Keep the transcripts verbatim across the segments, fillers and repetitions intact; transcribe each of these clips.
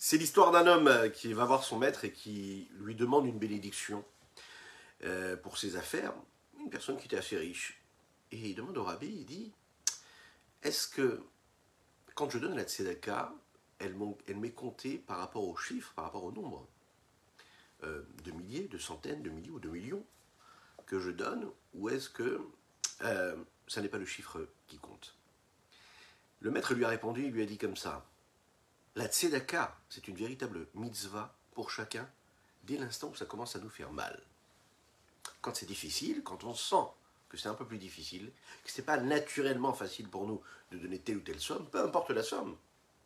C'est l'histoire d'un homme qui va voir son maître et qui lui demande une bénédiction euh, pour ses affaires. Une personne qui était assez riche. Et il demande au rabbi, il dit, est-ce que quand je donne la tzedaka, elle, elle m'est comptée par rapport aux chiffres, par rapport au nombre euh, de milliers, de centaines, de milliers ou de millions que je donne, ou est-ce que euh, ça n'est pas le chiffre qui compte? Le maître lui a répondu, il lui a dit comme ça, la tzedaka, c'est une véritable mitzvah pour chacun, dès l'instant où ça commence à nous faire mal. Quand c'est difficile, quand on sent que c'est un peu plus difficile, que ce n'est pas naturellement facile pour nous de donner telle ou telle somme, peu importe la somme,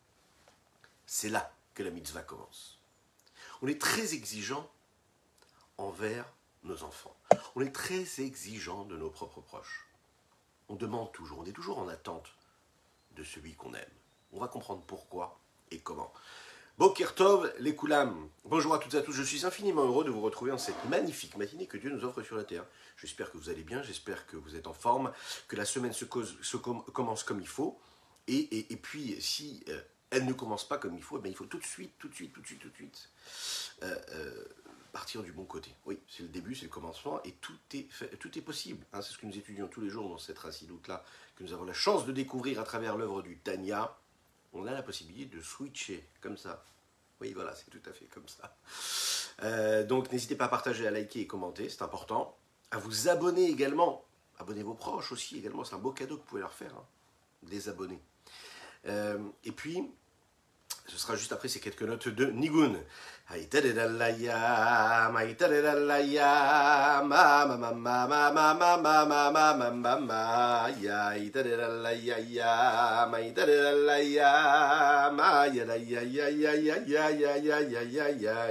c'est là que la mitzvah commence. On est très exigeant envers nos enfants. On est très exigeant de nos propres proches. On demande toujours, on est toujours en attente de celui qu'on aime. On va comprendre pourquoi et comment. Boker Tov, les Koulam. Bonjour à toutes et à tous, je suis infiniment heureux de vous retrouver en cette magnifique matinée que Dieu nous offre sur la terre. J'espère que vous allez bien, j'espère que vous êtes en forme, que la semaine se, cause, se com- commence comme il faut. Et, et, et puis, si euh, elle ne commence pas comme il faut, eh bien, il faut tout de suite, tout de suite, tout de suite, tout de suite euh, euh, partir du bon côté. Oui, c'est le début, c'est le commencement, et tout est, fait, tout est possible. Hein, c'est ce que nous étudions tous les jours dans cette racidoute-là, que nous avons la chance de découvrir à travers l'œuvre du Tanya. On a la possibilité de switcher, comme ça. Oui, voilà, c'est tout à fait comme ça. Euh, donc, n'hésitez pas à partager, à liker et commenter, c'est important. À vous abonner également. Abonnez vos proches aussi, également. C'est un beau cadeau que vous pouvez leur faire, hein, des abonnés. Euh, et puis, ce sera juste après ces quelques notes de Nigun. Aïtadedalaya, maïtadedalaya, ma ma ma ma ma ma ma ma ma ma ma ma ma ya aïtadedalaya, maïtadedalaya, ma ya ya ya ya ya ya ya ya ya ya ya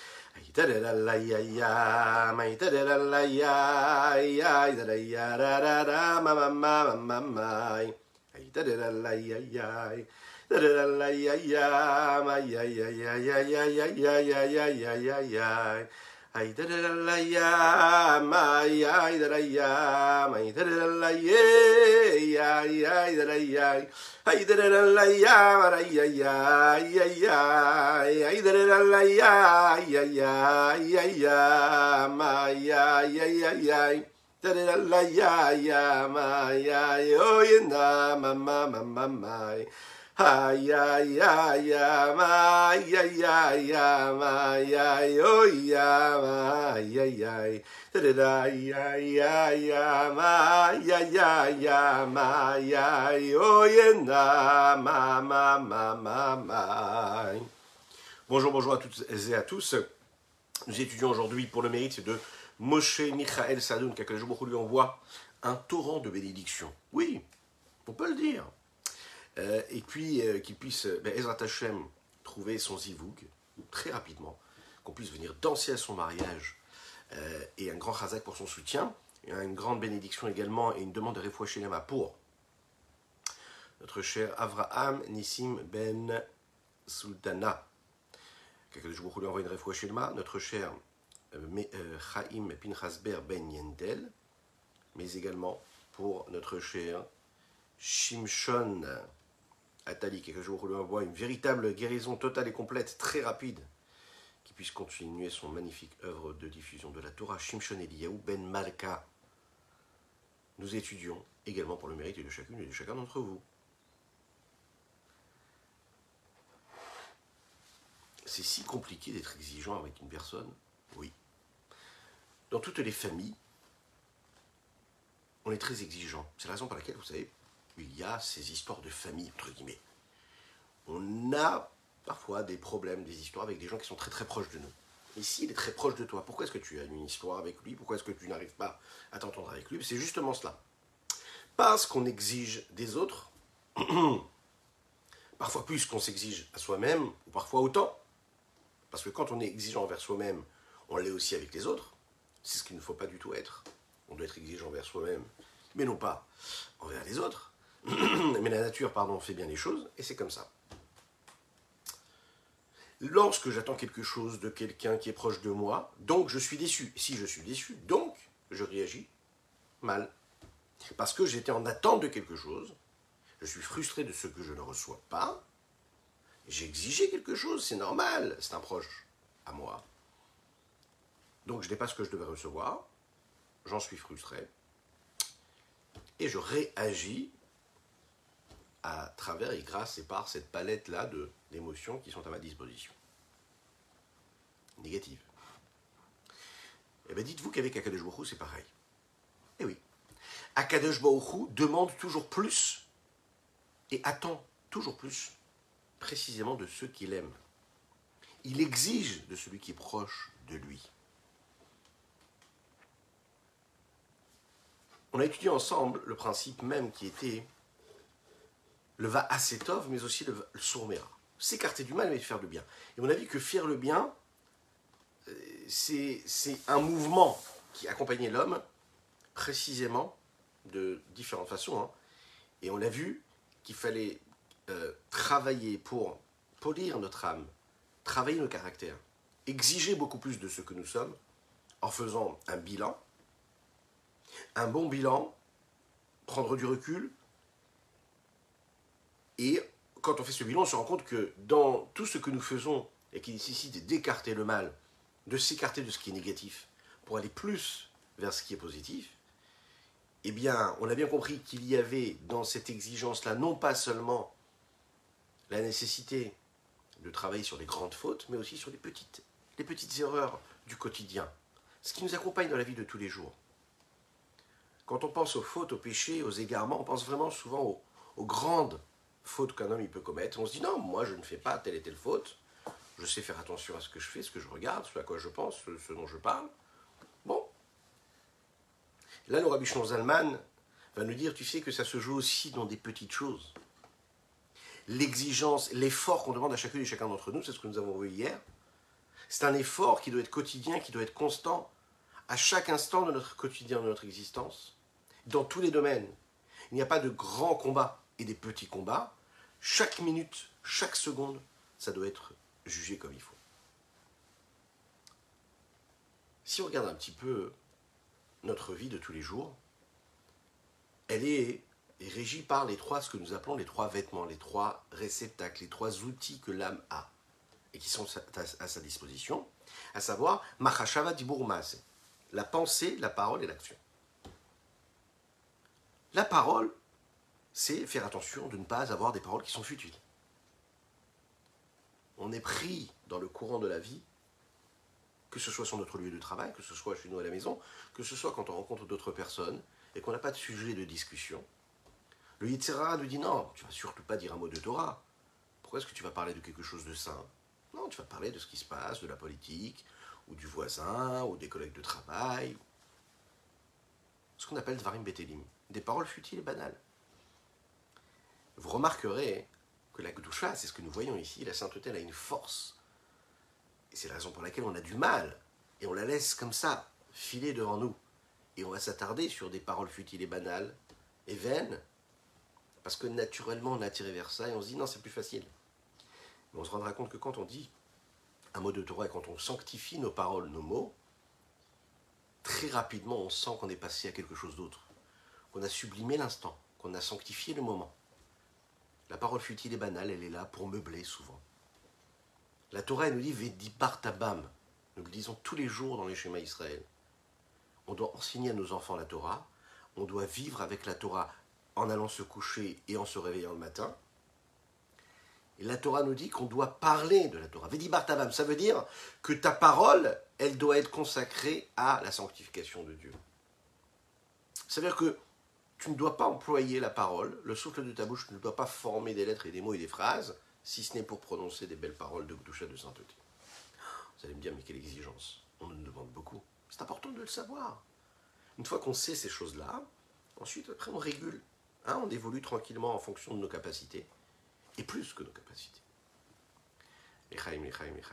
aïtadedalaya, maïtadedalaya, ya aïtadedalaya ra ra ra ma ma ma ma ma ma aïtadedalaya. Da da la ya ya ma ya ya ya ya ya ya ya ya ya ya ya ya ay da da la ya ma ya da la ya ma da da la ya ya ya da la ya ay da la ya ma ya ya ya ya ay da la ya ya ya ya ya ma ya ya ya ya da da la ya ya ma ya yo na ma ma ma ma ma ay ay ay ma ay ay ay ma ay oh ya ma ay ay ay da da ay ay ay ma ay ay ay ma ay oh na ma ma ma ma ma. Bonjour bonjour à toutes et à tous. Nous étudions aujourd'hui pour le mérite de Moshe Michael Sadoun, qu'Akadosh Baruch Hu lui envoie un torrent de bénédictions. Oui, on peut le dire. Euh, et puis euh, qu'il puisse, ben, Ezrat Hashem, trouver son zivoug très rapidement, qu'on puisse venir danser à son mariage, euh, et un grand chazak pour son soutien, et une grande bénédiction également, et une demande de Refoua Shelema pour notre cher Avraham Nissim Ben Sultana, que je vous lui envoie une Refoua Shelema, notre cher euh, euh, Chaim Pinchas Ber Ben Yendel, mais également pour notre cher Shimshon Atali, quelque jour lui envoie une véritable guérison totale et complète, très rapide, qui puisse continuer son magnifique œuvre de diffusion de la Torah. Shimshon Eliyahu Ben Malka. Nous étudions également pour le mérite de chacune et de chacun d'entre vous. C'est si compliqué d'être exigeant avec une personne, oui. Dans toutes les familles, on est très exigeant. C'est la raison pour laquelle, vous savez, il y a ces histoires de famille, entre guillemets. On a parfois des problèmes, des histoires avec des gens qui sont très très proches de nous. Et s'il est très proche de toi, pourquoi est-ce que tu as une histoire avec lui? Pourquoi est-ce que tu n'arrives pas à t'entendre avec lui? C'est justement cela. Parce qu'on exige des autres, parfois plus qu'on s'exige à soi-même, ou parfois autant. Parce que quand on est exigeant envers soi-même, on l'est aussi avec les autres. C'est ce qu'il ne faut pas du tout être. On doit être exigeant envers soi-même, mais non pas envers les autres. Mais la nature, pardon, fait bien les choses, et c'est comme ça. Lorsque j'attends quelque chose de quelqu'un qui est proche de moi, donc je suis déçu. Si je suis déçu, donc je réagis mal. Parce que j'étais en attente de quelque chose, je suis frustré de ce que je ne reçois pas, J'ai exigé quelque chose, c'est normal, c'est un proche à moi. Donc je n'ai pas ce que je devais recevoir, j'en suis frustré, et je réagis à travers et grâce et par cette palette-là de, d'émotions qui sont à ma disposition. Négatives. Eh bien dites-vous qu'avec Akadosh Baruch Hu, c'est pareil. Eh oui. Akadosh Baruch Hu demande toujours plus et attend toujours plus précisément de ceux qu'il aime. Il exige de celui qui est proche de lui. On a étudié ensemble le principe même qui était le va-asetov, mais aussi le, le sourmera. S'écarter du mal, mais faire le bien. Et on a vu que faire le bien, c'est, c'est un mouvement qui accompagnait l'homme précisément de différentes façons. Hein. Et on l'a vu qu'il fallait euh, travailler pour polir notre âme, travailler nos caractères, exiger beaucoup plus de ce que nous sommes en faisant un bilan, un bon bilan, prendre du recul. Et quand on fait ce bilan, on se rend compte que dans tout ce que nous faisons et qui nécessite d'écarter le mal, de s'écarter de ce qui est négatif pour aller plus vers ce qui est positif, eh bien, on a bien compris qu'il y avait dans cette exigence-là non pas seulement la nécessité de travailler sur les grandes fautes, mais aussi sur les petites, les petites erreurs du quotidien, ce qui nous accompagne dans la vie de tous les jours. Quand on pense aux fautes, aux péchés, aux égarements, on pense vraiment souvent aux, aux grandes fautes qu'un homme il peut commettre. On se dit non, moi je ne fais pas telle et telle faute, je sais faire attention à ce que je fais, ce que je regarde, ce à quoi je pense, ce, ce dont je parle. Bon. Là, le Rabbi Shlomo Zalman va nous dire, tu sais que ça se joue aussi dans des petites choses. L'exigence, l'effort qu'on demande à chacune et chacun d'entre nous, c'est ce que nous avons vu hier, c'est un effort qui doit être quotidien, qui doit être constant, à chaque instant de notre quotidien, de notre existence, dans tous les domaines. Il n'y a pas de grands combats et des petits combats. Chaque minute, chaque seconde, ça doit être jugé comme il faut. Si on regarde un petit peu notre vie de tous les jours, elle est régie par les trois, ce que nous appelons les trois vêtements, les trois réceptacles, les trois outils que l'âme a et qui sont à sa disposition, à savoir Machashava Dibur Maaseh, la pensée, la parole et l'action. La parole, c'est faire attention de ne pas avoir des paroles qui sont futiles. On est pris dans le courant de la vie, que ce soit sur notre lieu de travail, que ce soit chez nous à la maison, que ce soit quand on rencontre d'autres personnes et qu'on n'a pas de sujet de discussion. Le Yetzer Hara nous dit non, tu ne vas surtout pas dire un mot de Torah. Pourquoi est-ce que tu vas parler de quelque chose de saint? Non, tu vas parler de ce qui se passe, de la politique, ou du voisin, ou des collègues de travail. Ce qu'on appelle Dvarim Betelim, des paroles futiles et banales. Vous remarquerez que la Kedusha, c'est ce que nous voyons ici, la sainteté, elle a une force. Et c'est la raison pour laquelle on a du mal. Et on la laisse comme ça, filer devant nous. Et on va s'attarder sur des paroles futiles et banales, et vaines, parce que naturellement on est attiré vers ça, et on se dit non, c'est plus facile. Mais on se rendra compte que quand on dit un mot de Torah, et quand on sanctifie nos paroles, nos mots, très rapidement on sent qu'on est passé à quelque chose d'autre. Qu'on a sublimé l'instant, qu'on a sanctifié le moment. La parole futile et banale, elle est là pour meubler souvent. La Torah, elle nous dit Vedibar Tabam. Nous le disons tous les jours dans les schémas Israël. On doit enseigner à nos enfants la Torah. On doit vivre avec la Torah en allant se coucher et en se réveillant le matin. Et la Torah nous dit qu'on doit parler de la Torah. Vedibar Tabam, ça veut dire que ta parole, elle doit être consacrée à la sanctification de Dieu. Ça veut dire que tu ne dois pas employer la parole, le souffle de ta bouche ne doit pas former des lettres et des mots et des phrases, si ce n'est pour prononcer des belles paroles de Kedusha, de sainteté. Vous allez me dire, mais quelle exigence. On nous demande beaucoup. C'est important de le savoir. Une fois qu'on sait ces choses-là, ensuite, après, on régule. Hein, on évolue tranquillement en fonction de nos capacités. Et plus que nos capacités. L'Echaim, l'Echaim, l'Echaim.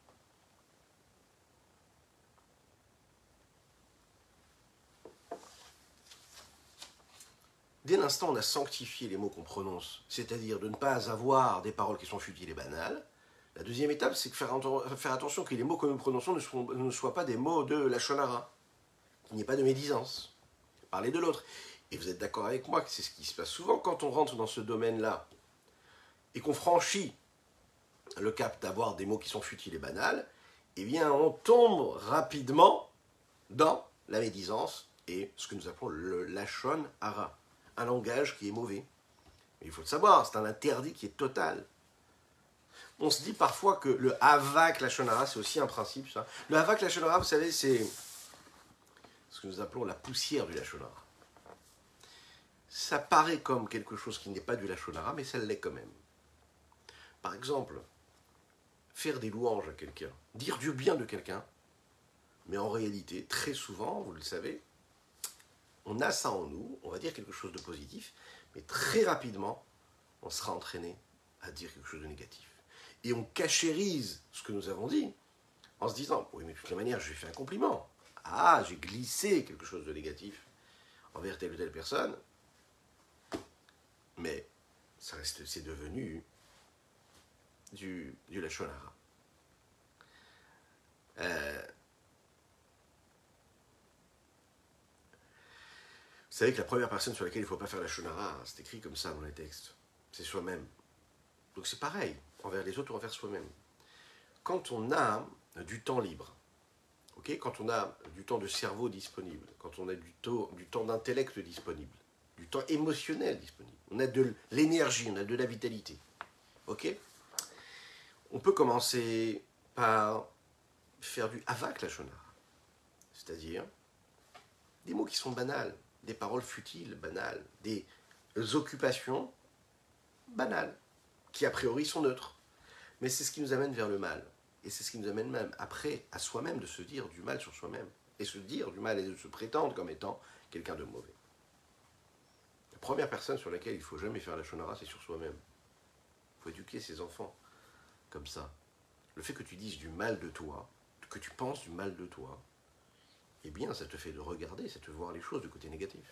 Dès l'instant où on a sanctifié les mots qu'on prononce, c'est-à-dire de ne pas avoir des paroles qui sont futiles et banales, la deuxième étape, c'est de faire, faire attention que les mots que nous prononçons ne, sont, ne soient pas des mots de la shonara, qu'il n'y ait pas de médisance. Parler de l'autre. Et vous êtes d'accord avec moi que c'est ce qui se passe souvent quand on rentre dans ce domaine-là et qu'on franchit le cap d'avoir des mots qui sont futiles et banals, eh bien on tombe rapidement dans la médisance et ce que nous appelons le lachon hara, un langage qui est mauvais. Mais il faut le savoir, c'est un interdit qui est total. On se dit parfois que le havak lachon hara, c'est aussi un principe, ça. Le havak lachon hara, vous savez, c'est ce que nous appelons la poussière du lachon hara. Ça paraît comme quelque chose qui n'est pas du lachon hara, mais ça l'est quand même. Par exemple, faire des louanges à quelqu'un, dire du bien de quelqu'un, mais en réalité, très souvent, vous le savez, on a ça en nous, on va dire quelque chose de positif, mais très rapidement, on sera entraîné à dire quelque chose de négatif. Et on cachérise ce que nous avons dit, en se disant, oui, mais de toute manière, je lui ai fait un compliment. Ah, j'ai glissé quelque chose de négatif envers telle ou telle personne, mais ça reste, c'est devenu du, du lachon hara. Euh, Vous savez que la première personne sur laquelle il ne faut pas faire la shonara, c'est écrit comme ça dans les textes, c'est soi-même. Donc c'est pareil, envers les autres ou envers soi-même. Quand on a du temps libre, okay, quand on a du temps de cerveau disponible, quand on a du, taux, du temps d'intellect disponible, du temps émotionnel disponible, on a de l'énergie, on a de la vitalité, ok, on peut commencer par faire du havak la shonara, c'est-à-dire des mots qui sont banals, des paroles futiles, banales, des occupations banales, qui a priori sont neutres. Mais c'est ce qui nous amène vers le mal. Et c'est ce qui nous amène même après à soi-même de se dire du mal sur soi-même. Et se dire du mal et de se prétendre comme étant quelqu'un de mauvais. La première personne sur laquelle il ne faut jamais faire la shonara, c'est sur soi-même. Il faut éduquer ses enfants comme ça. Le fait que tu dises du mal de toi, que tu penses du mal de toi, eh bien, ça te fait de regarder, ça te fait voir les choses du côté négatif.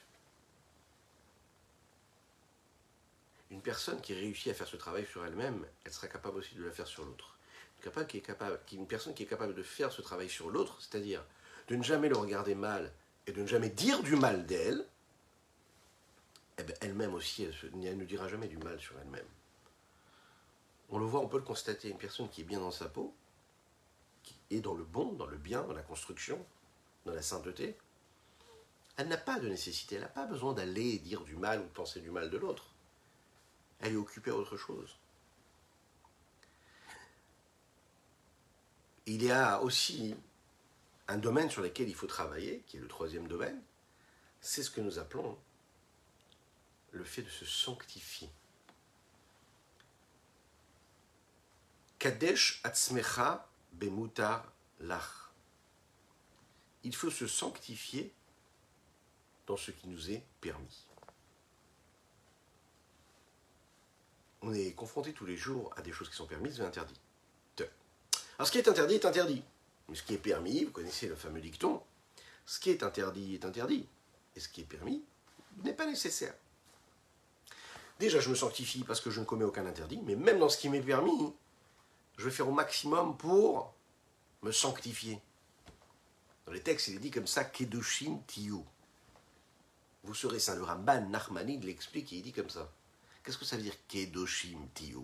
Une personne qui réussit à faire ce travail sur elle-même, elle sera capable aussi de le faire sur l'autre. Une, qui est capable, une personne qui est capable de faire ce travail sur l'autre, c'est-à-dire de ne jamais le regarder mal et de ne jamais dire du mal d'elle, eh bien, elle-même aussi, elle, se, elle ne dira jamais du mal sur elle-même. On le voit, on peut le constater, une personne qui est bien dans sa peau, qui est dans le bon, dans le bien, dans la construction, dans la sainteté, elle n'a pas de nécessité, elle n'a pas besoin d'aller dire du mal ou de penser du mal de l'autre. Elle est occupée à autre chose. Il y a aussi un domaine sur lequel il faut travailler, qui est le troisième domaine, c'est ce que nous appelons le fait de se sanctifier. Kadesh atzmecha bemutar lach. Il faut se sanctifier dans ce qui nous est permis. On est confronté tous les jours à des choses qui sont permises et interdites. Alors ce qui est interdit est interdit. Mais ce qui est permis, vous connaissez le fameux dicton, ce qui est interdit est interdit. Et ce qui est permis n'est pas nécessaire. Déjà, je me sanctifie parce que je ne commets aucun interdit, mais même dans ce qui m'est permis, je vais faire au maximum pour me sanctifier. Dans les textes, il est dit comme ça, Kedoshim Tiyu. Vous serez saint. Le Ramban Nachmanide l'explique et il dit comme ça. Qu'est-ce que ça veut dire Kedoshim Tiyu?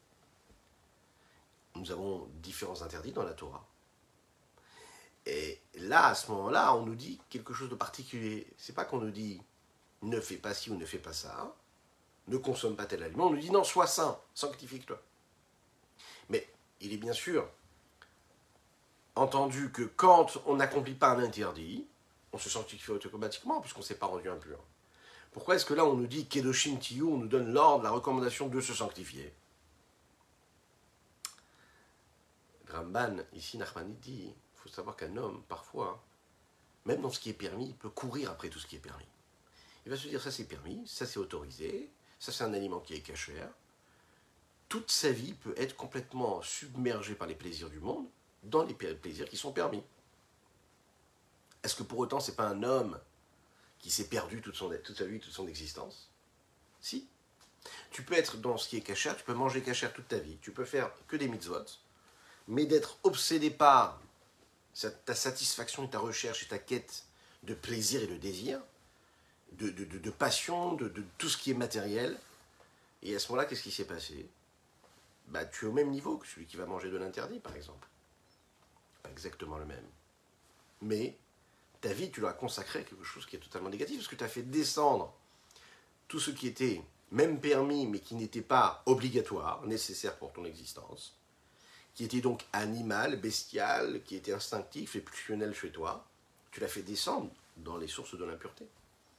Nous avons différents interdits dans la Torah. Et là, à ce moment-là, on nous dit quelque chose de particulier. C'est pas qu'on nous dit ne fais pas ci ou ne fais pas ça, ne consomme pas tel aliment. On nous dit non, sois saint, sanctifie-toi. Mais il est bien sûr entendu que quand on n'accomplit pas un interdit, on se sanctifie automatiquement puisqu'on ne s'est pas rendu impur. Pourquoi est-ce que là on nous dit Kedoshim Tiyu, on nous donne l'ordre, la recommandation de se sanctifier? Ramban, ici, Nachmanide dit, il faut savoir qu'un homme, parfois, même dans ce qui est permis, il peut courir après tout ce qui est permis. Il va se dire, ça c'est permis, ça c'est autorisé, ça c'est un aliment qui est cachère. Toute sa vie peut être complètement submergée par les plaisirs du monde, dans les plaisirs qui sont permis. Est-ce que pour autant, c'est pas un homme qui s'est perdu toute, son, toute sa vie, toute son existence? Si. Tu peux être dans ce qui est cachère, tu peux manger cachère toute ta vie, tu peux faire que des mitzvot, mais d'être obsédé par ta satisfaction et ta recherche et ta quête de plaisir et de désir, de, de, de, de passion, de, de tout ce qui est matériel. Et à ce moment-là, qu'est-ce qui s'est passé? bah, tu es au même niveau que celui qui va manger de l'interdit, par exemple. Pas exactement le même. Mais ta vie, tu l'as consacrée à quelque chose qui est totalement négatif, parce que tu as fait descendre tout ce qui était même permis, mais qui n'était pas obligatoire, nécessaire pour ton existence, qui était donc animal, bestial, qui était instinctif et pulsionnel chez toi, tu l'as fait descendre dans les sources de l'impureté.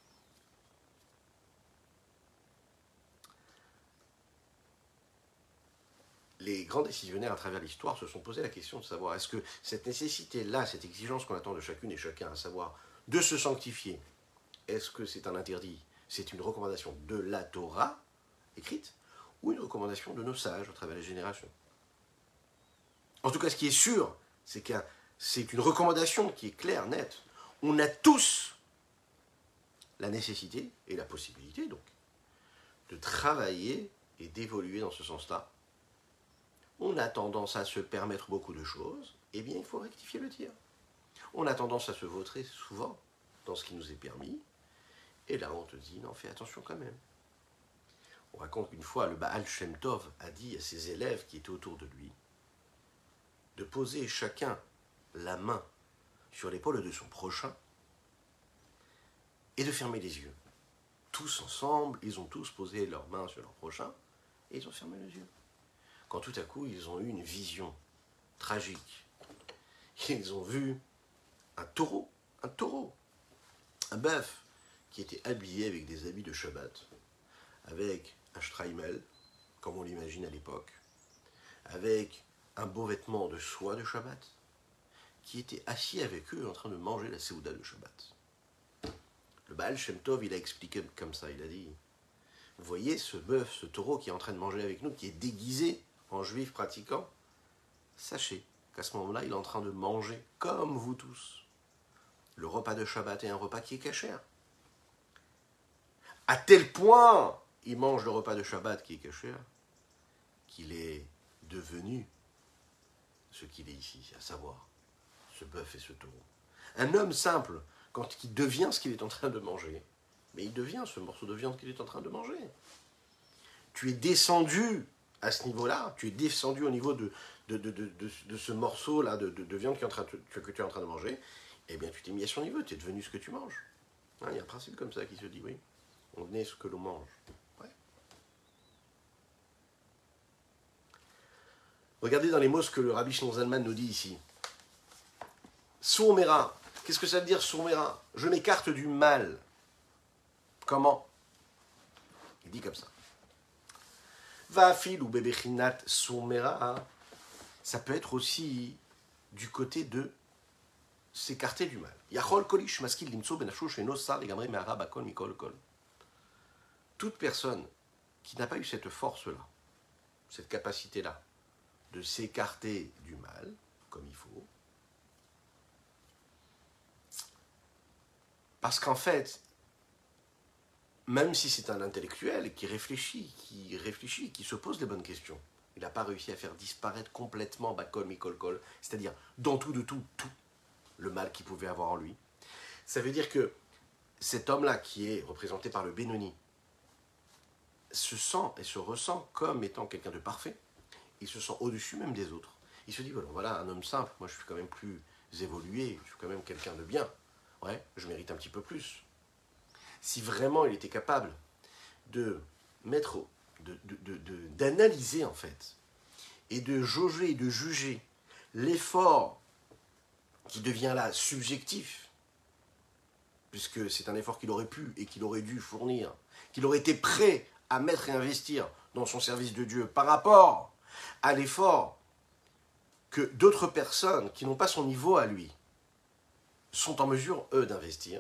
Les grands décisionnaires à travers l'histoire se sont posé la question de savoir est-ce que cette nécessité-là, cette exigence qu'on attend de chacune et chacun, à savoir de se sanctifier, est-ce que c'est un interdit, c'est une recommandation de la Torah écrite, ou une recommandation de nos sages à travers les générations? En tout cas, ce qui est sûr, c'est que c'est une recommandation qui est claire, nette. On a tous la nécessité et la possibilité, donc, de travailler et d'évoluer dans ce sens-là. On a tendance à se permettre beaucoup de choses, eh bien, il faut rectifier le tir. On a tendance à se vautrer souvent dans ce qui nous est permis, et là, on te dit, non, fais attention quand même. On raconte qu'une fois, le Baal Shem Tov a dit à ses élèves qui étaient autour de lui de poser chacun la main sur l'épaule de son prochain et de fermer les yeux. Tous ensemble, ils ont tous posé leurs mains sur leur prochain et ils ont fermé les yeux. Quand tout à coup, ils ont eu une vision tragique. Ils ont vu un taureau, un taureau, un bœuf qui était habillé avec des habits de Shabbat, avec un shtraimel, comme on l'imagine à l'époque, avec un beau vêtement de soie de Shabbat, qui était assis avec eux en train de manger la Séouda de Shabbat. Le Baal Shem Tov, il a expliqué comme ça, il a dit, vous voyez ce bœuf, ce taureau qui est en train de manger avec nous, qui est déguisé en juif pratiquant, sachez qu'à ce moment-là, il est en train de manger, comme vous tous. Le repas de Shabbat est un repas qui est cachère. À tel point, il mange le repas de Shabbat qui est cachère, qu'il est devenu ce qu'il est ici, à savoir ce bœuf et ce taureau. Un homme simple, quand il devient ce qu'il est en train de manger, mais il devient ce morceau de viande qu'il est en train de manger. Tu es descendu à ce niveau-là, tu es descendu au niveau de, de, de, de, de, de ce morceau-là de, de, de viande qui est en train de, que tu es en train de manger, eh bien tu t'es mis à son niveau, tu es devenu ce que tu manges. Hein, il y a un principe comme ça qui se dit, oui, on est ce que l'on mange. Ouais. Regardez dans les mots ce que le Rabbi Shimon Zalman nous dit ici. Sourmera. Qu'est-ce que ça veut dire sourmera? Je m'écarte du mal. Comment? Il dit comme ça. Va'afil ou bebechinat sourmera. Ça peut être aussi du côté de s'écarter du mal. Yachol kolish maskil limtso benafsho sheno sar legamre me'ara bakol mikol kol. Toute personne qui n'a pas eu cette force-là, cette capacité-là, de s'écarter du mal, comme il faut, parce qu'en fait, même si c'est un intellectuel qui réfléchit, qui réfléchit, qui se pose les bonnes questions, il n'a pas réussi à faire disparaître complètement Bakol Mikol Kol, c'est-à-dire dans tout de tout, tout, le mal qu'il pouvait avoir en lui. Ça veut dire que cet homme-là, qui est représenté par le Benoni, se sent et se ressent comme étant quelqu'un de parfait. Il se sent au-dessus même des autres. Il se dit, voilà, voilà, un homme simple, moi je suis quand même plus évolué, je suis quand même quelqu'un de bien. Ouais, je mérite un petit peu plus. Si vraiment il était capable de mettre, de, de, de, de, d'analyser en fait, et de jauger et de juger l'effort qui devient là subjectif, puisque c'est un effort qu'il aurait pu et qu'il aurait dû fournir, qu'il aurait été prêt à mettre et investir dans son service de Dieu par rapport à l'effort que d'autres personnes qui n'ont pas son niveau à lui sont en mesure, eux, d'investir,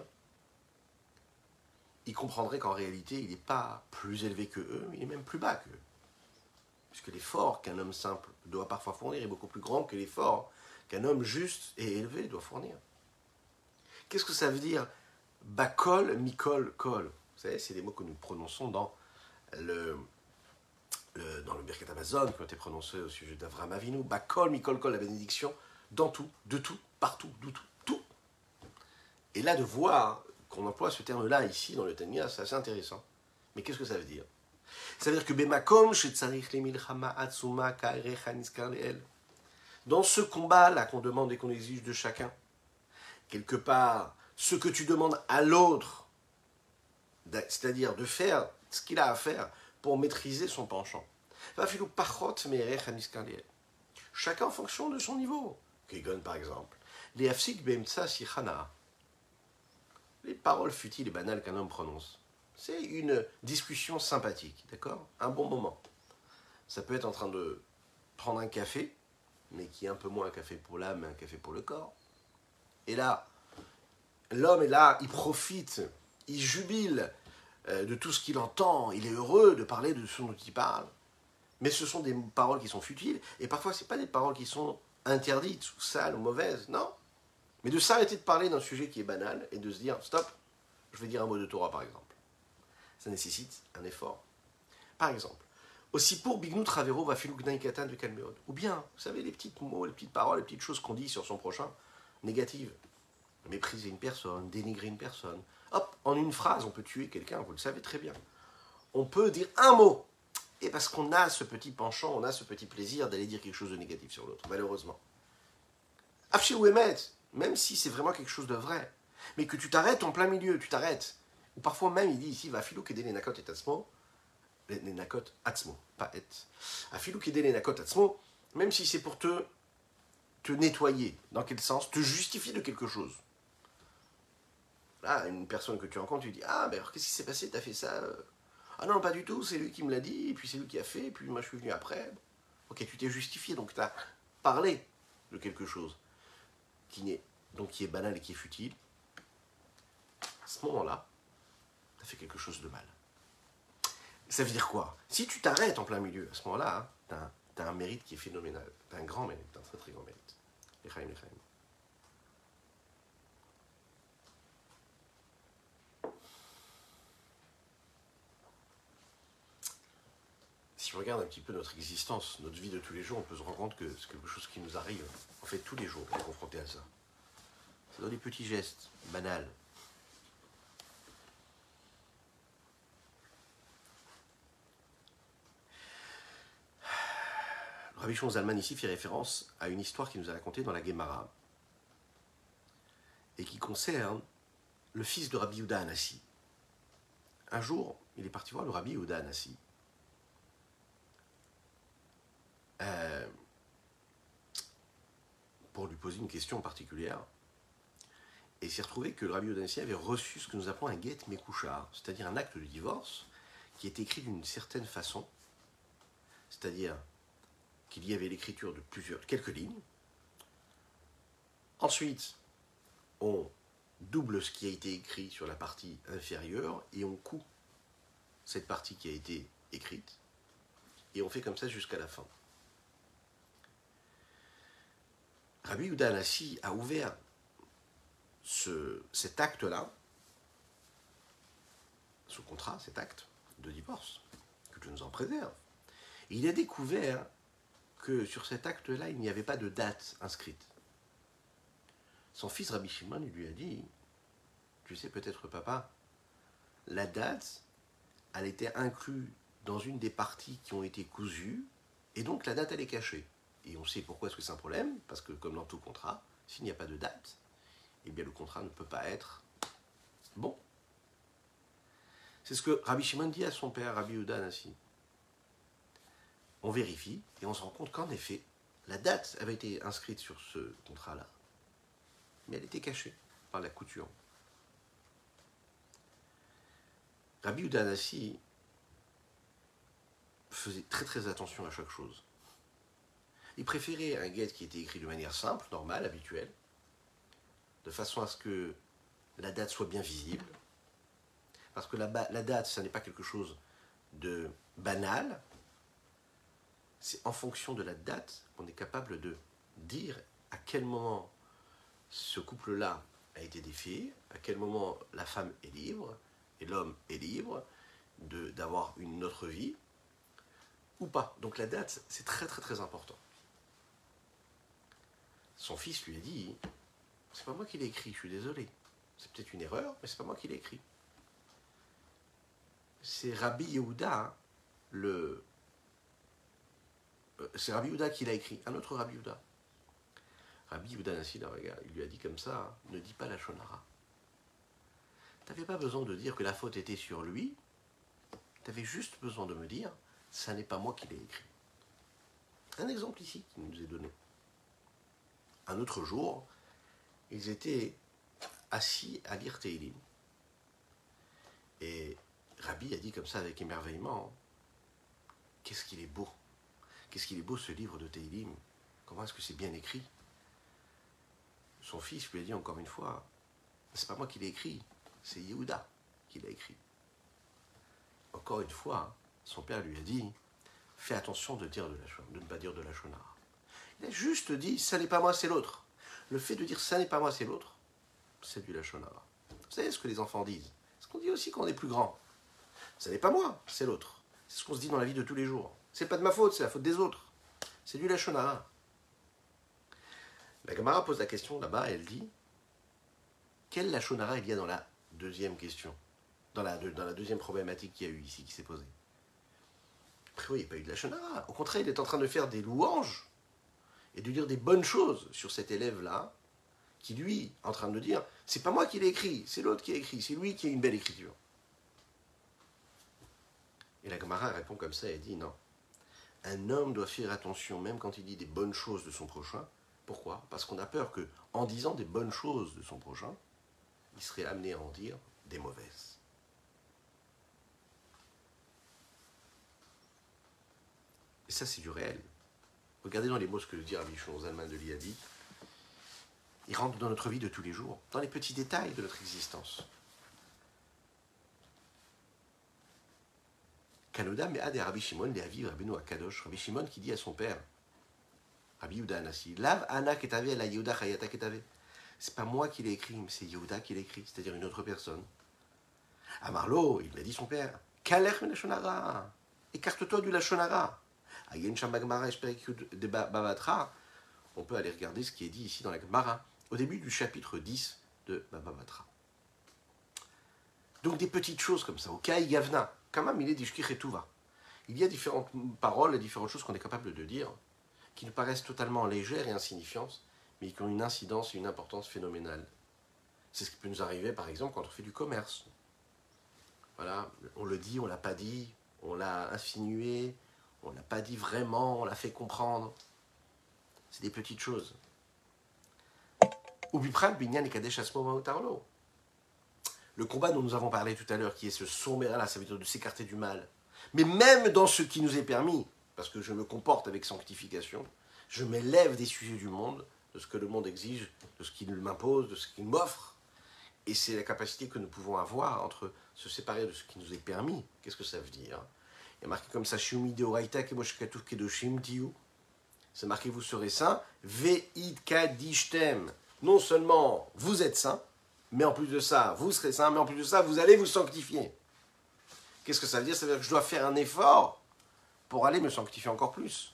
ils comprendraient qu'en réalité, il n'est pas plus élevé que eux, il est même plus bas qu'eux. Puisque l'effort qu'un homme simple doit parfois fournir est beaucoup plus grand que l'effort qu'un homme juste et élevé doit fournir. Qu'est-ce que ça veut dire Bakol, Mikol, Kol? Vous savez, c'est des mots que nous prononçons dans le, le, dans le Birkat Hamazon, qui ont été prononcés au sujet d'Avraham Avinu. Bakol, Mikol, Kol, la bénédiction, dans tout, de tout, partout, de tout, tout. Et là, de voir qu'on emploie ce terme-là ici, dans le Tanya, c'est assez intéressant. Mais qu'est-ce que ça veut dire? Ça veut dire que Bemakom, shetzarich le milchama atzuma ka'erecha niskar le'el. Dans ce combat-là qu'on demande et qu'on exige de chacun, quelque part, ce que tu demandes à l'autre, c'est-à-dire de faire ce qu'il a à faire pour maîtriser son penchant. Chacun en fonction de son niveau. Kegon par exemple. Les afsik be'emtsa sichana. Les paroles futiles et banales qu'un homme prononce. C'est une discussion sympathique, d'accord? Un bon moment. Ça peut être en train de prendre un café, mais qui est un peu moins un café pour l'âme, mais un café pour le corps. Et là, l'homme est là, il profite, il jubile euh, de tout ce qu'il entend, il est heureux de parler de ce dont il parle. Mais ce sont des paroles qui sont futiles, et parfois ce n'est pas des paroles qui sont interdites, ou sales, ou mauvaises, non. Mais de s'arrêter de parler d'un sujet qui est banal, et de se dire, stop, je vais dire un mot de Torah par exemple. Ça nécessite un effort. Par exemple, aussi pour Bignout Ravero va Filugnaï Katan de Kalmeod. Ou bien, vous savez, les petits mots, les petites paroles, les petites choses qu'on dit sur son prochain, négatives. Mépriser une personne, dénigrer une personne. Hop, en une phrase, on peut tuer quelqu'un, vous le savez très bien. On peut dire un mot. Et parce qu'on a ce petit penchant, on a ce petit plaisir d'aller dire quelque chose de négatif sur l'autre, malheureusement. Afshe ou Emet, même si c'est vraiment quelque chose de vrai, mais que tu t'arrêtes en plein milieu, tu t'arrêtes. Ou parfois même, il dit ici, va filou kede les nakot et atzmo, les nakot atzmo, pas et. Afilou kede les nakot atzmo, même si c'est pour te, te nettoyer, dans quel sens? Te justifier de quelque chose. Là, une personne que tu rencontres, tu dis, ah, ben alors qu'est-ce qui s'est passé, t'as fait ça? Ah non, pas du tout, c'est lui qui me l'a dit, et puis c'est lui qui a fait, et puis moi je suis venu après. Ok, tu t'es justifié, donc tu as parlé de quelque chose qui est, donc qui est banal et qui est futile. À ce moment-là, tu as fait quelque chose de mal. Ça veut dire quoi? Si tu t'arrêtes en plein milieu, à ce moment-là, hein, tu as, tu as un mérite qui est phénoménal. Tu as un grand mérite, un très très grand mérite. Lechaim, lechaim. Si on regarde un petit peu notre existence, notre vie de tous les jours, on peut se rendre compte que c'est quelque chose qui nous arrive, en fait, tous les jours, on est confronté à ça. C'est dans des petits gestes, banals. Rabbi Shimon Zalman ici fait référence à une histoire qui nous a racontée dans la Gemara et qui concerne le fils de Rabbi Yehuda Hanassi. Un jour, il est parti voir le Rabbi Yehuda Hanassi. Euh, pour lui poser une question particulière. Et il s'est retrouvé que le Rabbi Yehuda Hanassi avait reçu ce que nous appelons un get mekouchar, c'est-à-dire un acte de divorce qui est écrit d'une certaine façon, c'est-à-dire qu'il y avait l'écriture de plusieurs, quelques lignes. Ensuite, on double ce qui a été écrit sur la partie inférieure et on coud cette partie qui a été écrite et on fait comme ça jusqu'à la fin. Rabbi Yehuda Hanassi a ouvert ce, cet acte-là, ce contrat, cet acte de divorce, que Dieu nous en préserve. Et il a découvert que sur cet acte-là, il n'y avait pas de date inscrite. Son fils Rabbi Shimon lui a dit, tu sais peut-être papa, la date, elle était inclue dans une des parties qui ont été cousues, et donc la date elle est cachée. Et on sait pourquoi est-ce que c'est un problème, parce que comme dans tout contrat, s'il n'y a pas de date, eh bien le contrat ne peut pas être bon. C'est ce que Rabbi Shimon dit à son père, Rabbi Yehuda Hanassi. On vérifie et on se rend compte qu'en effet, la date avait été inscrite sur ce contrat-là, mais elle était cachée par la couture. Rabbi Yehuda Hanassi faisait très très attention à chaque chose. Il préférait un get qui était écrit de manière simple, normale, habituelle, de façon à ce que la date soit bien visible, parce que la, la date, ce n'est pas quelque chose de banal, c'est en fonction de la date qu'on est capable de dire à quel moment ce couple-là a été défait, à quel moment la femme est libre, et l'homme est libre de, d'avoir une autre vie, ou pas. Donc la date, c'est très très très important. Son fils lui a dit, c'est pas moi qui l'ai écrit, je suis désolé. C'est peut-être une erreur, mais c'est pas moi qui l'ai écrit. C'est Rabbi Yehuda le... C'est Rabbi Yehuda qui l'a écrit, un autre Rabbi Yehuda. Rabbi Yehuda Nassi, il lui a dit comme ça, hein, ne dis pas la Shonara. Tu n'avais pas besoin de dire que la faute était sur lui, tu avais juste besoin de me dire, ça n'est pas moi qui l'ai écrit. Un exemple ici qui nous est donné. Un autre jour, ils étaient assis à lire Tehillim. Et Rabbi a dit comme ça avec émerveillement, qu'est-ce qu'il est beau, qu'est-ce qu'il est beau ce livre de Tehillim, comment est-ce que c'est bien écrit. Son fils lui a dit encore une fois, c'est pas moi qui l'ai écrit, c'est Yehuda qui l'a écrit. Encore une fois, son père lui a dit, fais attention de, dire de, la, de ne pas dire de la Shonara. Il a juste dit, ça n'est pas moi, c'est l'autre. Le fait de dire ça n'est pas moi, c'est l'autre, c'est du la Shonara. Vous savez ce que les enfants disent? Ce qu'on dit aussi quand on est plus grand. Ça n'est pas moi, c'est l'autre. C'est ce qu'on se dit dans la vie de tous les jours. C'est pas de ma faute, c'est la faute des autres. C'est du la Shonara. La Gemara pose la question là-bas, elle dit, quelle la Shonara il y a dans la deuxième question, dans la, dans la deuxième problématique qu'il y a eu ici, qui s'est posée. Après, oui, il n'y a pas eu de la Shonara. Au contraire, il est en train de faire des louanges et de dire des bonnes choses sur cet élève-là, qui lui, est en train de dire, c'est pas moi qui l'ai écrit, c'est l'autre qui a écrit, c'est lui qui a une belle écriture. Et la Gemara répond comme ça, elle dit, non. Un homme doit faire attention, même quand il dit des bonnes choses de son prochain. Pourquoi? Parce qu'on a peur que, en disant des bonnes choses de son prochain, il serait amené à en dire des mauvaises. Et ça, c'est du réel. Regardez dans les mots ce que dit Rabbi Shimon Zalman de Liadi. Il rentre dans notre vie de tous les jours, dans les petits détails de notre existence. Kanoda mais Ade Rabbi Shimon le Aviv Rabbeinu Akadosh. Rabbi Shimon qui dit à son père, Rabbi Yehuda Anassi, Lav Ana Ketave la Yehuda Chayata Ketave. C'est pas moi qui l'ai écrit, mais c'est Yehuda qui l'a écrit, c'est-à-dire une autre personne. À Marlo, il a dit son père, Kalech men Lashonara, écarte-toi du Lashonara. À Yen Sham Bagmara Eshperikut de Bavatra, on peut aller regarder ce qui est dit ici dans la Gemara, au début du chapitre dix de Baba Batra. Donc des petites choses comme ça, au Kai Gavna, quand même il est d'Ishkich et Tuva. Il y a différentes paroles et différentes choses qu'on est capable de dire, qui nous paraissent totalement légères et insignifiantes, mais qui ont une incidence et une importance phénoménale. C'est ce qui peut nous arriver par exemple quand on fait du commerce. Voilà, on le dit, on ne l'a pas dit, on l'a insinué, on ne l'a pas dit vraiment, on l'a fait comprendre. C'est des petites choses. Le combat dont nous avons parlé tout à l'heure, qui est ce sommet-là, ça veut dire de s'écarter du mal. Mais même dans ce qui nous est permis, parce que je me comporte avec sanctification, je m'élève des sujets du monde, de ce que le monde exige, de ce qu'il m'impose, de ce qu'il m'offre. Et c'est la capacité que nous pouvons avoir entre se séparer de ce qui nous est permis. Qu'est-ce que ça veut dire? Il y a marqué comme ça, Shiumi Deoraita Kemoshkatuf Kedoshim Tiu. C'est marqué, vous serez saints, Ve'id Kadishtem. Non seulement vous êtes saints, mais en plus de ça, vous serez saints, mais en plus de ça, vous allez vous sanctifier. Qu'est-ce que ça veut dire? Ça veut dire que je dois faire un effort pour aller me sanctifier encore plus.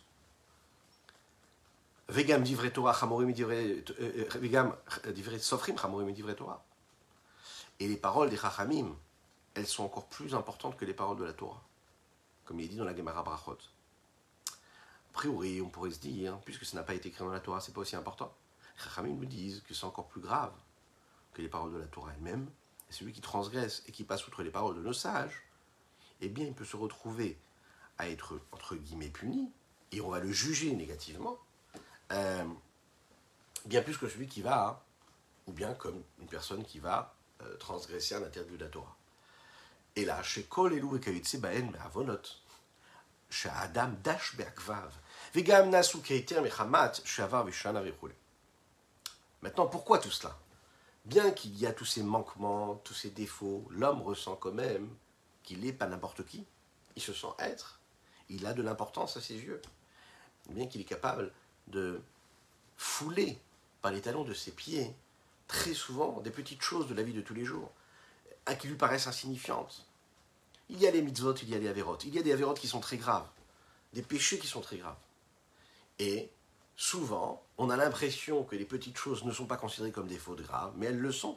Vegam divrei Torah, chamorim divrei Vegam divrei sofrim, chamorim divrei Torah. Et les paroles des Chachamim, elles sont encore plus importantes que les paroles de la Torah, comme il est dit dans la Gemara Brachot. A priori, on pourrait se dire, puisque ça n'a pas été écrit dans la Torah, c'est pas aussi important. Les Chachamim me disent que c'est encore plus grave que les paroles de la Torah elle-même. Et celui qui transgresse et qui passe outre les paroles de nos sages, eh bien, il peut se retrouver à être, entre guillemets, puni, et on va le juger négativement, euh, bien plus que celui qui va, hein, ou bien comme une personne qui va euh, transgresser un interdit de la Torah. Et là, chez Kol Elou et Kayitse Baen Me'avonot, chez Adam Dash Be'akvav, Vegam Nasu Keiter Mechamat, Shavar Veshana Vechule. Maintenant, pourquoi tout cela? Bien qu'il y a tous ces manquements, tous ces défauts, l'homme ressent quand même qu'il n'est pas n'importe qui. Il se sent être. Il a de l'importance à ses yeux. Bien qu'il est capable de fouler par les talons de ses pieds, très souvent, des petites choses de la vie de tous les jours, qui lui paraissent insignifiantes. Il y a les mitzvot, il y a les avérotes. Il y a des avérotes qui sont très graves, des péchés qui sont très graves. Et souvent, on a l'impression que les petites choses ne sont pas considérées comme des fautes graves, mais elles le sont.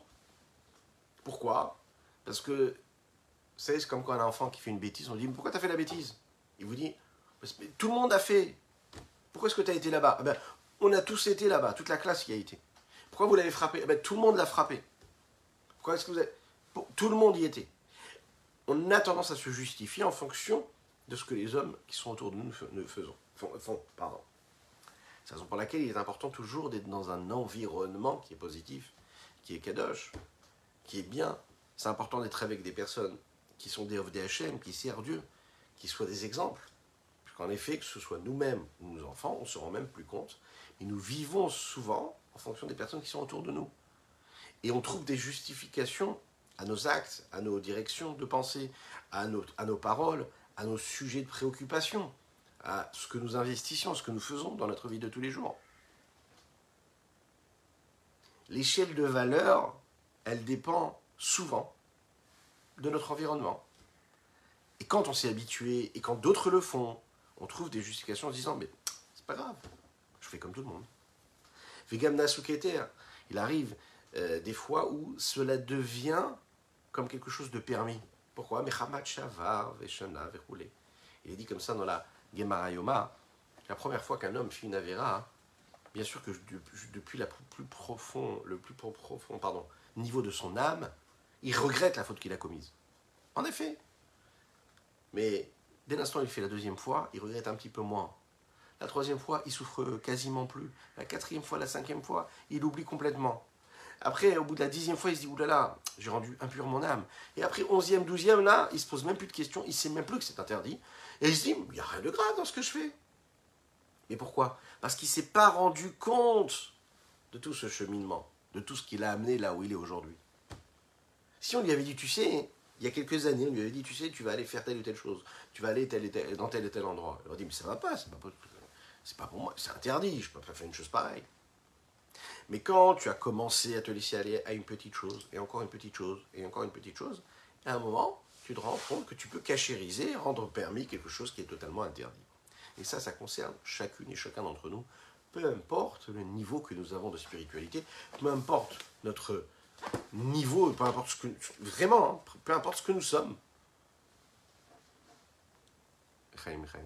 Pourquoi? Parce que, vous savez, c'est comme quand un enfant qui fait une bêtise, on dit « Pourquoi tu as fait la bêtise ?» Il vous dit, mais tout le monde a fait. Pourquoi est-ce que tu as été là-bas? Eh ben, on a tous été là-bas, toute la classe y a été. Pourquoi vous l'avez frappé? Eh ben, tout le monde l'a frappé. Pourquoi est-ce que vous avez... Tout le monde y était. On a tendance à se justifier en fonction de ce que les hommes qui sont autour de nous nous faisons, font. font pardon. C'est la raison pour laquelle il est important toujours d'être dans un environnement qui est positif, qui est kadosh, qui est bien. C'est important d'être avec des personnes qui sont des Ovdei Hashem, qui servent Dieu, qui soient des exemples. Puisqu'en effet, que ce soit nous-mêmes ou nos enfants, on ne se rend même plus compte. Mais nous vivons souvent en fonction des personnes qui sont autour de nous. Et on trouve des justifications à nos actes, à nos directions de pensée, à nos, à nos paroles, à nos sujets de préoccupation, à ce que nous investissons, ce que nous faisons dans notre vie de tous les jours. L'échelle de valeur, elle dépend souvent de notre environnement. Et quand on s'est habitué, et quand d'autres le font, on trouve des justifications en se disant, mais c'est pas grave, je fais comme tout le monde. Vegamna Suketer, il arrive euh, des fois où cela devient comme quelque chose de permis. Pourquoi? Mechamat Shavar, Veshana, Verroulé. Il est dit comme ça dans la Gemara Yoma, la première fois qu'un homme fait une Avera, bien sûr que depuis la plus profond, le plus profond pardon, niveau de son âme, il regrette la faute qu'il a commise. En effet. Mais dès l'instant où il fait la deuxième fois, il regrette un petit peu moins. La troisième fois, il souffre quasiment plus. La quatrième fois, la cinquième fois, il oublie complètement. Après, au bout de la dixième fois, il se dit, oulala, j'ai rendu impur mon âme. Et après, onzième, douzième, là, il se pose même plus de questions, il ne sait même plus que c'est interdit. Et il se dit, il n'y a rien de grave dans ce que je fais. Mais pourquoi? Parce qu'il ne s'est pas rendu compte de tout ce cheminement, de tout ce qu'il a amené là où il est aujourd'hui. Si on lui avait dit, tu sais, il y a quelques années, on lui avait dit, tu sais, tu vas aller faire telle ou telle chose, tu vas aller tel et tel, dans tel et tel endroit. Il aurait dit, mais ça ne va pas, c'est pas, c'est pas pour moi, c'est interdit, je ne peux pas faire une chose pareille. Mais quand tu as commencé à te laisser aller à une petite chose, et encore une petite chose, et encore une petite chose, à un moment, tu te rends compte que tu peux cachériser, rendre permis quelque chose qui est totalement interdit. Et ça, ça concerne chacune et chacun d'entre nous, peu importe le niveau que nous avons de spiritualité, peu importe notre niveau, peu importe ce que... Vraiment, hein, peu importe ce que nous sommes. Chaim, Chaim.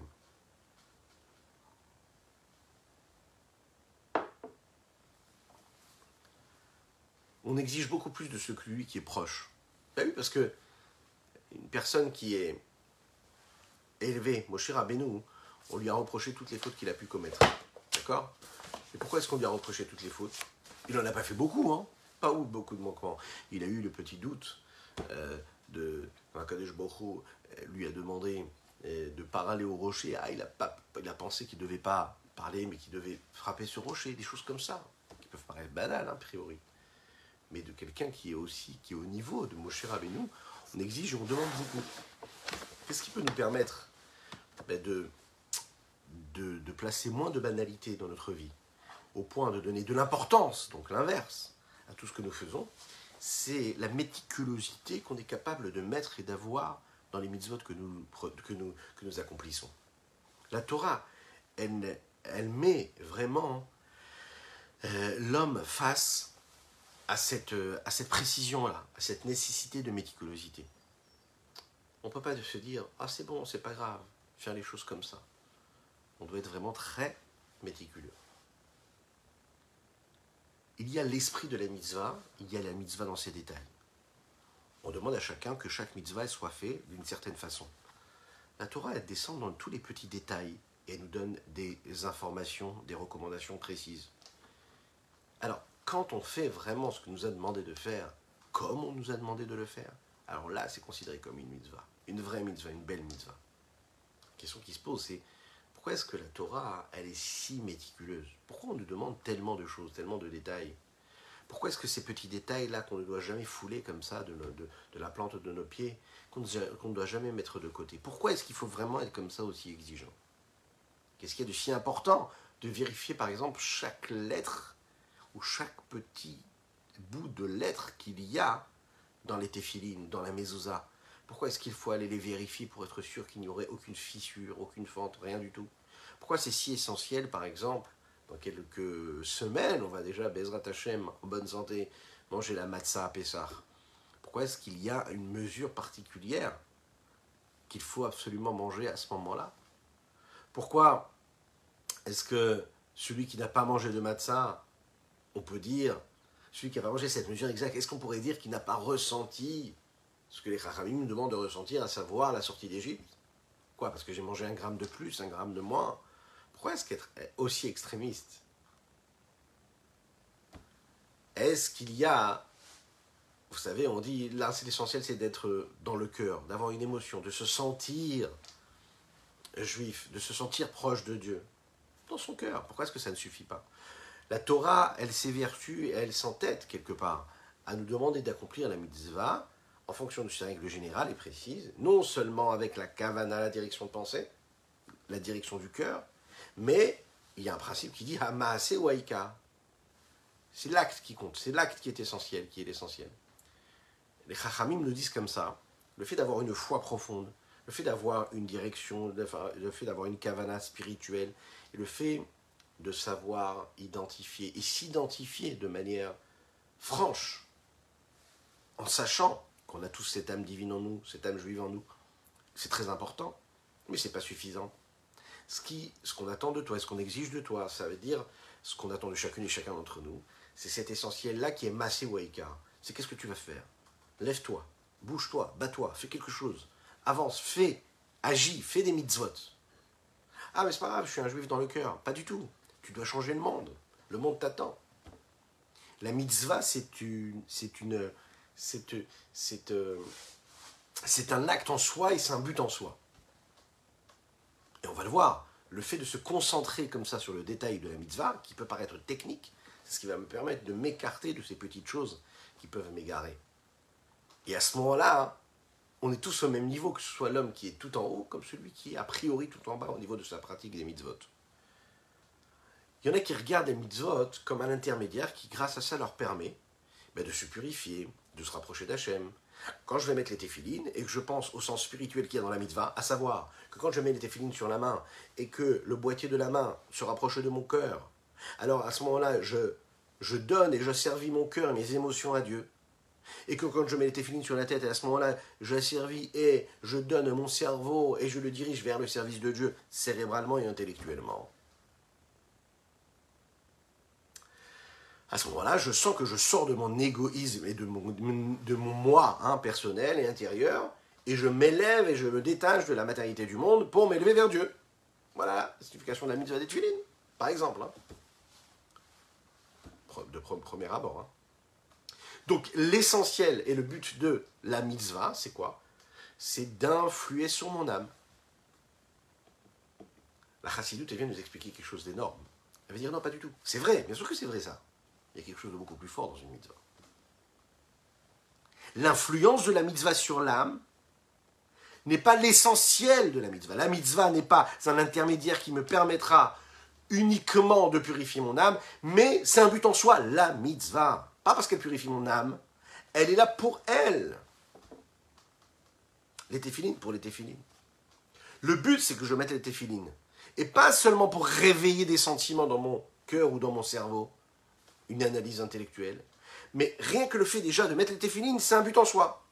On exige beaucoup plus de ce que lui qui est proche. Bah oui, parce que une personne qui est élevée, Moshe Rabbeinu, on lui a reproché toutes les fautes qu'il a pu commettre. D'accord? Et pourquoi est-ce qu'on lui a reproché toutes les fautes? Il n'en a pas fait beaucoup, hein? Pas ou beaucoup de manquements. Il a eu le petit doute euh, de... Kadesh Baruch Hu lui a demandé euh, de parler au rocher. Ah, il a, pas, il a pensé qu'il ne devait pas parler, mais qu'il devait frapper ce rocher, des choses comme ça, qui peuvent paraître banales, hein, a priori. Mais de quelqu'un qui est aussi qui est au niveau de Moshe Rabbeinu, on exige et on demande beaucoup. Qu'est-ce qui peut nous permettre ben de, de, de placer moins de banalité dans notre vie, au point de donner de l'importance, donc l'inverse, à tout ce que nous faisons? C'est la méticulosité qu'on est capable de mettre et d'avoir dans les mitzvot que nous, que nous, que nous accomplissons. La Torah, elle, elle met vraiment euh, l'homme face à cette, à cette précision-là, à cette nécessité de méticulosité. On ne peut pas se dire « Ah, c'est bon, c'est pas grave, faire les choses comme ça ». On doit être vraiment très méticuleux. Il y a l'esprit de la mitzvah, il y a la mitzvah dans ses détails. On demande à chacun que chaque mitzvah soit faite d'une certaine façon. La Torah, elle descend dans tous les petits détails et elle nous donne des informations, des recommandations précises. Alors, quand on fait vraiment ce que nous a demandé de faire, comme on nous a demandé de le faire, alors là, c'est considéré comme une mitzvah. Une vraie mitzvah, une belle mitzvah. La question qui se pose, c'est pourquoi est-ce que la Torah, elle est si méticuleuse? Pourquoi on nous demande tellement de choses, tellement de détails? Pourquoi est-ce que ces petits détails-là qu'on ne doit jamais fouler comme ça de, nos, de, de la plante de nos pieds, qu'on ne, qu'on ne doit jamais mettre de côté? Pourquoi est-ce qu'il faut vraiment être comme ça aussi exigeant? Qu'est-ce qu'il y a de si important de vérifier, par exemple, chaque lettre ou chaque petit bout de lettre qu'il y a dans les téphilines, dans la mezouza? Pourquoi est-ce qu'il faut aller les vérifier pour être sûr qu'il n'y aurait aucune fissure, aucune fente, rien du tout? Pourquoi c'est si essentiel, par exemple, dans quelques semaines, on va déjà, Bezrat Hashem, en bonne santé, manger la matzah à Pessah? Pourquoi est-ce qu'il y a une mesure particulière qu'il faut absolument manger à ce moment-là? Pourquoi est-ce que celui qui n'a pas mangé de matzah, on peut dire, celui qui n'a pas mangé cette mesure exacte, est-ce qu'on pourrait dire qu'il n'a pas ressenti ce que les Chachamim nous demandent de ressentir, à savoir la sortie d'Égypte? Quoi? Parce que j'ai mangé un gramme de plus, un gramme de moins? Pourquoi est-ce qu'être aussi extrémiste? Est-ce qu'il y a, vous savez, on dit, là c'est l'essentiel, c'est d'être dans le cœur, d'avoir une émotion, de se sentir juif, de se sentir proche de Dieu, dans son cœur. Pourquoi est-ce que ça ne suffit pas? La Torah, elle s'évertue, elle s'entête quelque part à nous demander d'accomplir la mitzvah en fonction de ses règles générales et précises, non seulement avec la kavana, la direction de pensée, la direction du cœur, mais il y a un principe qui dit Hamaase ou Haïka. C'est l'acte qui compte, c'est l'acte qui est essentiel, qui est l'essentiel. Les Chachamim nous disent comme ça, le fait d'avoir une foi profonde, le fait d'avoir une direction, le fait d'avoir une kavana spirituelle, et le fait de savoir identifier et s'identifier de manière franche, en sachant qu'on a tous cette âme divine en nous, cette âme juive en nous, c'est très important, mais ce n'est pas suffisant. Ce, qui, ce qu'on attend de toi, ce qu'on exige de toi, ça veut dire ce qu'on attend de chacune et chacun d'entre nous, c'est cet essentiel-là qui est massé ou écart. C'est qu'est-ce que tu vas faire? Lève-toi, bouge-toi, bats-toi, fais quelque chose, avance, fais, agis, fais des mitzvot. Ah mais c'est pas grave, je suis un juif dans le cœur. Pas du tout, tu dois changer le monde, le monde t'attend. La mitzvah, c'est une, c'est une, c'est, c'est, euh, c'est un acte en soi et c'est un but en soi. Et on va le voir, le fait de se concentrer comme ça sur le détail de la mitzvah, qui peut paraître technique, c'est ce qui va me permettre de m'écarter de ces petites choses qui peuvent m'égarer. Et à ce moment-là, on est tous au même niveau, que ce soit l'homme qui est tout en haut, comme celui qui est a priori tout en bas au niveau de sa pratique des mitzvot. Il y en a qui regardent les mitzvot comme un intermédiaire qui, grâce à ça, leur permet ben, de se purifier, de se rapprocher d'Hachem. Quand je vais mettre les téphilines et que je pense au sens spirituel qu'il y a dans la mitzvah, à savoir que quand je mets les téphilines sur la main et que le boîtier de la main se rapproche de mon cœur, alors à ce moment-là, je, je donne et je servis mon cœur et mes émotions à Dieu. Et que quand je mets les téphilines sur la tête, et à ce moment-là, je servis et je donne mon cerveau et je le dirige vers le service de Dieu, cérébralement et intellectuellement. À ce moment-là, je sens que je sors de mon égoïsme et de mon, de mon moi hein, personnel et intérieur, et je m'élève et je me détache de la matérialité du monde pour m'élever vers Dieu. Voilà la signification de la mitzvah des téphilines, par exemple. Hein. De premier abord. Hein. Donc l'essentiel et le but de la mitzvah, c'est quoi? C'est d'influer sur mon âme. La chassidoute, elle vient nous expliquer quelque chose d'énorme. Elle va dire non, pas du tout. C'est vrai, bien sûr que c'est vrai ça. Il y a quelque chose de beaucoup plus fort dans une mitzvah. L'influence de la mitzvah sur l'âme n'est pas l'essentiel de la mitzvah. La mitzvah n'est pas un intermédiaire qui me permettra uniquement de purifier mon âme, mais c'est un but en soi, la mitzvah. Pas parce qu'elle purifie mon âme, elle est là pour elle. Les téphilines pour les téphilines. Le but, c'est que je mette les téphilines. Et pas seulement pour réveiller des sentiments dans mon cœur ou dans mon cerveau, une analyse intellectuelle, mais rien que le fait déjà de mettre les téphilines, c'est un but en soi.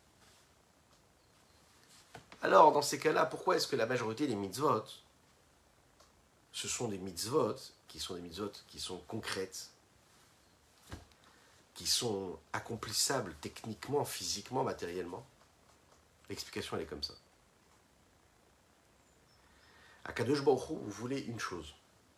Alors, dans ces cas-là, pourquoi est-ce que la majorité des mitzvot, ce sont des mitzvot qui sont des mitzvot qui sont concrètes, qui sont accomplissables techniquement, physiquement, matériellement? L'explication, elle est comme ça. Akadosh Baruch Hu voulait une chose.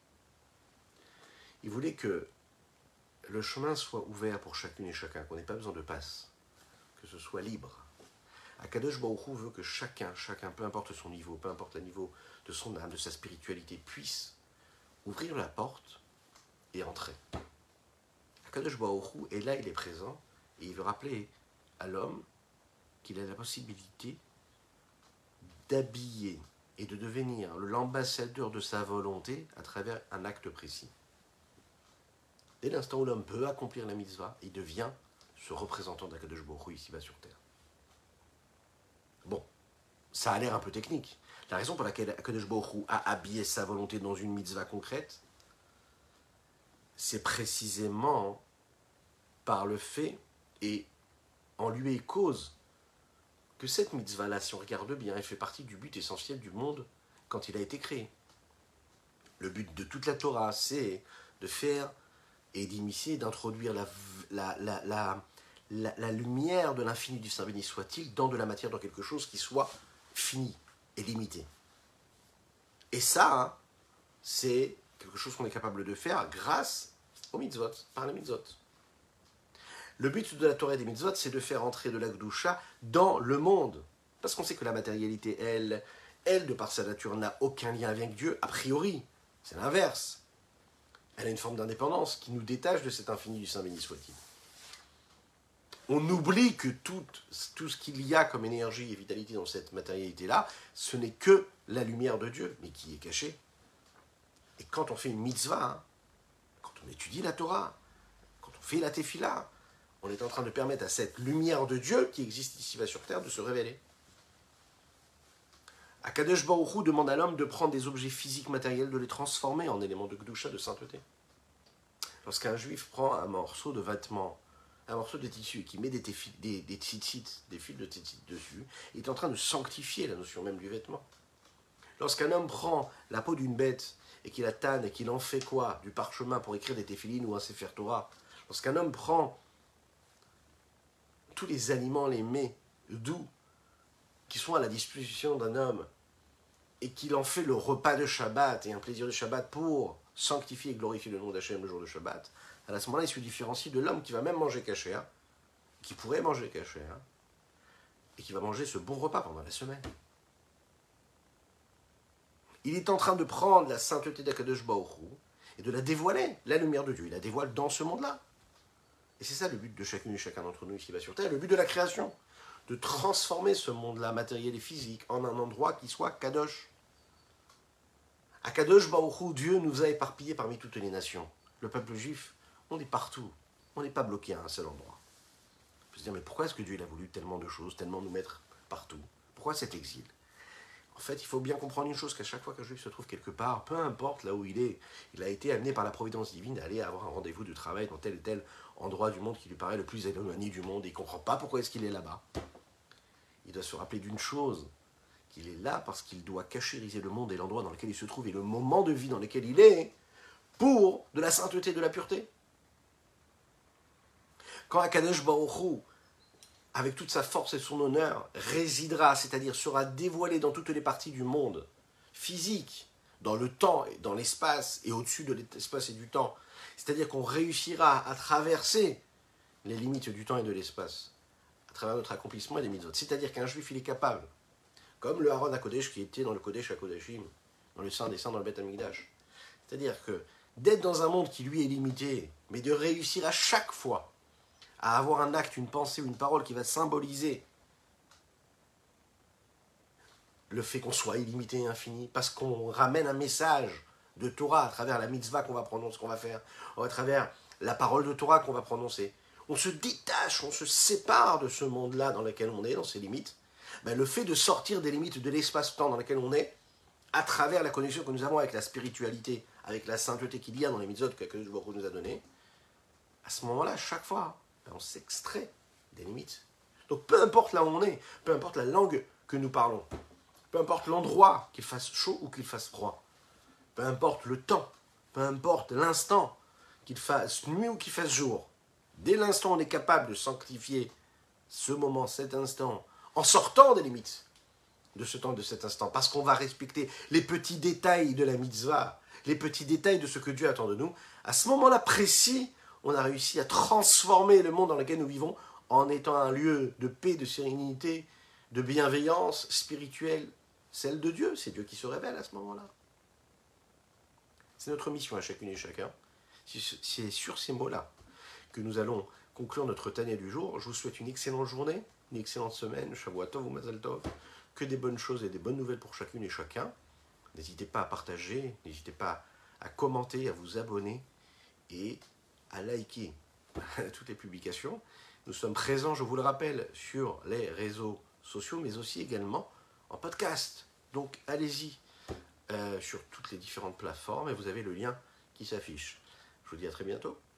Il voulait que le chemin soit ouvert pour chacune et chacun, qu'on n'ait pas besoin de passe, que ce soit libre. Akadosh Baruch Hu veut que chacun, chacun, peu importe son niveau, peu importe le niveau de son âme, de sa spiritualité, puisse ouvrir la porte et entrer. Akadosh Baruch Hu est là, il est présent, et il veut rappeler à l'homme qu'il a la possibilité d'habiller et de devenir l'ambassadeur de sa volonté à travers un acte précis. Dès l'instant où l'homme peut accomplir la mitzvah, il devient ce représentant d'Akadosh Baruch Hu ici-bas sur terre. Bon, ça a l'air un peu technique. La raison pour laquelle Akadosh Baruch Hu a habillé sa volonté dans une mitzvah concrète, c'est précisément par le fait, et en lui et cause, que cette mitzvah-là, si on regarde bien, elle fait partie du but essentiel du monde quand il a été créé. Le but de toute la Torah, c'est de faire et d'initier, d'introduire la, la, la, la, la, la lumière de l'infini du Saint béni soit-il dans de la matière, dans quelque chose qui soit fini et limité. Et ça, hein, c'est quelque chose qu'on est capable de faire grâce aux mitzvot, par les mitzvot. Le but de la Torah et des mitzvot, c'est de faire entrer de la Gdusha dans le monde. Parce qu'on sait que la matérialité, elle, elle, de par sa nature, n'a aucun lien avec Dieu, a priori. C'est l'inverse. Elle a une forme d'indépendance qui nous détache de cet infini du Saint béni soit-il. On oublie que tout, tout ce qu'il y a comme énergie et vitalité dans cette matérialité-là, ce n'est que la lumière de Dieu, mais qui est cachée. Et quand on fait une mitzvah, hein, quand on étudie la Torah, quand on fait la tefila, on est en train de permettre à cette lumière de Dieu qui existe ici-bas sur terre de se révéler. Akadosh Baruch Hu demande à l'homme de prendre des objets physiques matériels, de les transformer en éléments de Gdusha, de sainteté. Lorsqu'un juif prend un morceau de vêtement, un morceau de tissu et qui met des, téfi, des, des tzitzit, des fils de tzitzit dessus, il est en train de sanctifier la notion même du vêtement. Lorsqu'un homme prend la peau d'une bête et qu'il la tanne et qu'il en fait quoi? Du parchemin pour écrire des téphilines ou un Sefer Torah. Lorsqu'un homme prend tous les aliments, les mets doux qui sont à la disposition d'un homme et qu'il en fait le repas de Shabbat et un plaisir de Shabbat pour sanctifier et glorifier le nom d'Hachem le jour de Shabbat, à ce moment-là, il se différencie de l'homme qui va même manger kasher, qui pourrait manger kasher, et qui va manger ce bon repas pendant la semaine. Il est en train de prendre la sainteté d'Akadosh Baruch Hu et de la dévoiler, la lumière de Dieu. Il la dévoile dans ce monde-là. Et c'est ça le but de chacune et chacun d'entre nous ici-bas sur Terre, le but de la création, de transformer ce monde-là, matériel et physique, en un endroit qui soit Kadosh. Akadosh Baruch Hu, Dieu nous a éparpillés parmi toutes les nations. Le peuple juif, on est partout. On n'est pas bloqué à un seul endroit. On peut se dire, mais pourquoi est-ce que Dieu il a voulu tellement de choses, tellement nous mettre partout? Pourquoi cet exil? En fait, il faut bien comprendre une chose, qu'à chaque fois qu'un juif se trouve quelque part, peu importe là où il est, il a été amené par la providence divine à aller avoir un rendez-vous de travail dans tel et tel endroit du monde qui lui paraît le plus éloigné du monde, et il ne comprend pas pourquoi est-ce qu'il est là-bas. Il doit se rappeler d'une chose, qu'il est là parce qu'il doit cachériser le monde et l'endroit dans lequel il se trouve et le moment de vie dans lequel il est pour de la sainteté, de la pureté. Quand Akadosh Baruch Hu, avec toute sa force et son honneur, résidera, c'est-à-dire sera dévoilé dans toutes les parties du monde, physique, dans le temps et dans l'espace et au-dessus de l'espace et du temps, c'est-à-dire qu'on réussira à traverser les limites du temps et de l'espace, à travers notre accomplissement et des mitzvot. C'est-à-dire qu'un juif, il est capable, comme le Haron HaKodesh qui était dans le Kodesh HaKodashim, dans le Saint des Saints, dans le Beth Amikdash. C'est-à-dire que d'être dans un monde qui lui est limité, mais de réussir à chaque fois à avoir un acte, une pensée ou une parole qui va symboliser le fait qu'on soit illimité et infini, parce qu'on ramène un message de Torah à travers la mitzvah qu'on va prononcer, qu'on va faire, à travers la parole de Torah qu'on va prononcer. On se détache, on se sépare de ce monde-là dans lequel on est, dans ses limites. Ben, le fait de sortir des limites de l'espace-temps dans lequel on est, à travers la connexion que nous avons avec la spiritualité, avec la sainteté qu'il y a dans les mitzvot que Akadosh Baruch Hu nous a données, à ce moment-là, chaque fois, on s'extrait des limites. Donc peu importe là où on est, peu importe la langue que nous parlons, peu importe l'endroit, qu'il fasse chaud ou qu'il fasse froid, peu importe le temps, peu importe l'instant, qu'il fasse nuit ou qu'il fasse jour, dès l'instant où on est capable de sanctifier ce moment, cet instant, en sortant des limites de ce temps, de cet instant, parce qu'on va respecter les petits détails de la mitzvah, les petits détails de ce que Dieu attend de nous, à ce moment-là précis, on a réussi à transformer le monde dans lequel nous vivons en étant un lieu de paix, de sérénité, de bienveillance spirituelle, celle de Dieu. C'est Dieu qui se révèle à ce moment-là. C'est notre mission à chacune et chacun. C'est sur ces mots-là que nous allons conclure notre Tanya du jour. Je vous souhaite une excellente journée, une excellente semaine, Shavua Tov ou Mazal Tov, que des bonnes choses et des bonnes nouvelles pour chacune et chacun. N'hésitez pas à partager, n'hésitez pas à commenter, à vous abonner et à liker toutes les publications. Nous sommes présents, je vous le rappelle, sur les réseaux sociaux, mais aussi également en podcast. Donc allez-y euh, sur toutes les différentes plateformes et vous avez le lien qui s'affiche. Je vous dis à très bientôt.